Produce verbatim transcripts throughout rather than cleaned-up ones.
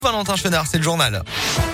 Valentin Chenard, c'est le journal.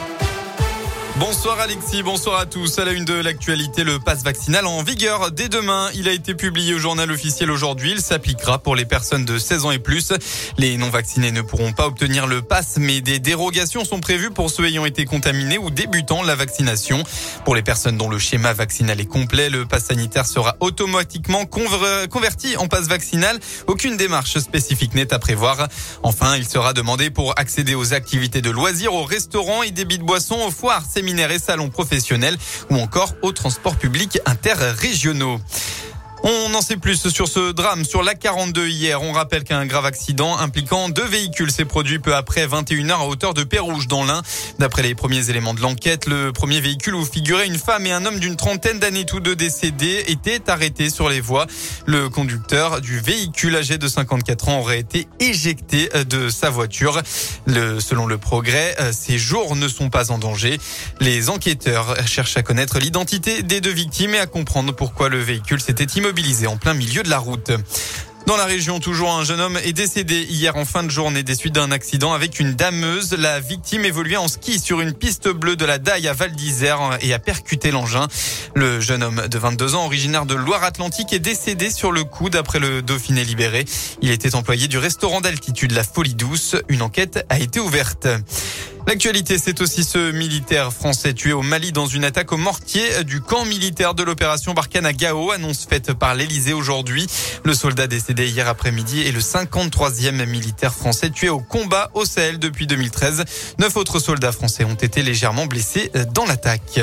Bonsoir Alexis, bonsoir à tous. À la une de l'actualité, le pass vaccinal en vigueur dès demain. Il a été publié au journal officiel aujourd'hui. Il s'appliquera pour les personnes de seize ans et plus. Les non-vaccinés ne pourront pas obtenir le pass, mais des dérogations sont prévues pour ceux ayant été contaminés ou débutant la vaccination. Pour les personnes dont le schéma vaccinal est complet, le pass sanitaire sera automatiquement conver- converti en pass vaccinal. Aucune démarche spécifique n'est à prévoir. Enfin, il sera demandé pour accéder aux activités de loisirs, aux restaurants et débits de boissons, aux foires, séminaires et salons professionnels ou encore aux transports publics interrégionaux. On en sait plus sur ce drame sur l'A quarante-deux hier. On rappelle qu'un grave accident impliquant deux véhicules s'est produit peu après vingt et une heures à hauteur de Pérouge dans l'Ain. D'après les premiers éléments de l'enquête, le premier véhicule où figuraient une femme et un homme d'une trentaine d'années, tous deux décédés, était arrêté sur les voies. Le conducteur du véhicule âgé de cinquante-quatre ans aurait été éjecté de sa voiture. Le, selon le Progrès, ces jours ne sont pas en danger. Les enquêteurs cherchent à connaître l'identité des deux victimes et à comprendre pourquoi le véhicule s'était immobilisé en plein milieu de la route. Dans la région, toujours un jeune homme est décédé hier en fin de journée des suites d'un accident avec une dameuse. La victime évoluait en ski sur une piste bleue de la Daille à Val d'Isère et a percuté l'engin. Le jeune homme de vingt-deux ans, originaire de Loire-Atlantique, est décédé sur le coup d'après le Dauphiné libéré. Il était employé du restaurant d'altitude La Folie Douce. Une enquête a été ouverte. L'actualité, c'est aussi ce militaire français tué au Mali dans une attaque au mortier du camp militaire de l'opération Barkhane à Gao, annonce faite par l'Elysée aujourd'hui. Le soldat décédé hier après-midi est le cinquante-troisième militaire français tué au combat au Sahel depuis deux mille treize. Neuf autres soldats français ont été légèrement blessés dans l'attaque.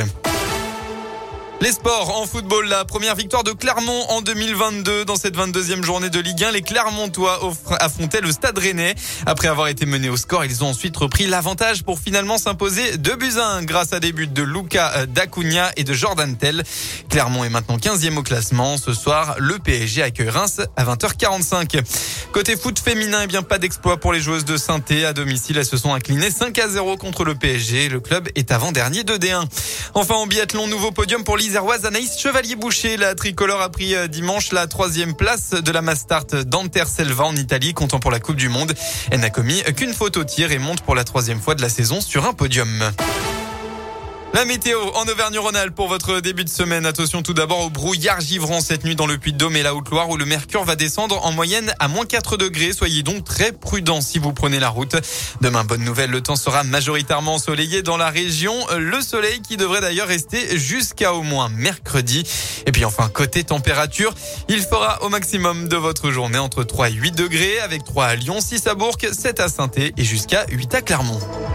Les sports en football, la première victoire de Clermont en deux mille vingt-deux. Dans cette vingt-deuxième journée de Ligue un, les Clermontois affrontaient le Stade Rennais. Après avoir été menés au score, ils ont ensuite repris l'avantage pour finalement s'imposer deux buts à un grâce à des buts de Luca D'Acunha et de Jordan Tell. Clermont est maintenant quinzième au classement. Ce soir, le P S G accueille Reims à vingt heures quarante-cinq. Côté foot féminin, eh bien pas d'exploit pour les joueuses de Saint-Étienne. À domicile, elles se sont inclinées cinq à zéro contre le P S G. Le club est avant-dernier de D un. Enfin, en biathlon, nouveau podium pour l'Iséroise Anaïs Chevalier-Boucher. La tricolore a pris dimanche la troisième place de la Mastart d'Anterselva en Italie, comptant pour la Coupe du Monde. Elle n'a commis qu'une faute au tir et monte pour la troisième fois de la saison sur un podium. La météo en Auvergne-Rhône-Alpes pour votre début de semaine. Attention tout d'abord au brouillard givrant cette nuit dans le Puy-de-Dôme et la Haute-Loire où le mercure va descendre en moyenne à moins quatre degrés. Soyez donc très prudents si vous prenez la route. Demain, bonne nouvelle, le temps sera majoritairement ensoleillé dans la région. Le soleil qui devrait d'ailleurs rester jusqu'à au moins mercredi. Et puis enfin, côté température, il fera au maximum de votre journée entre trois et huit degrés avec trois à Lyon, six à Bourg, sept à Saint-Étienne et jusqu'à huit à Clermont.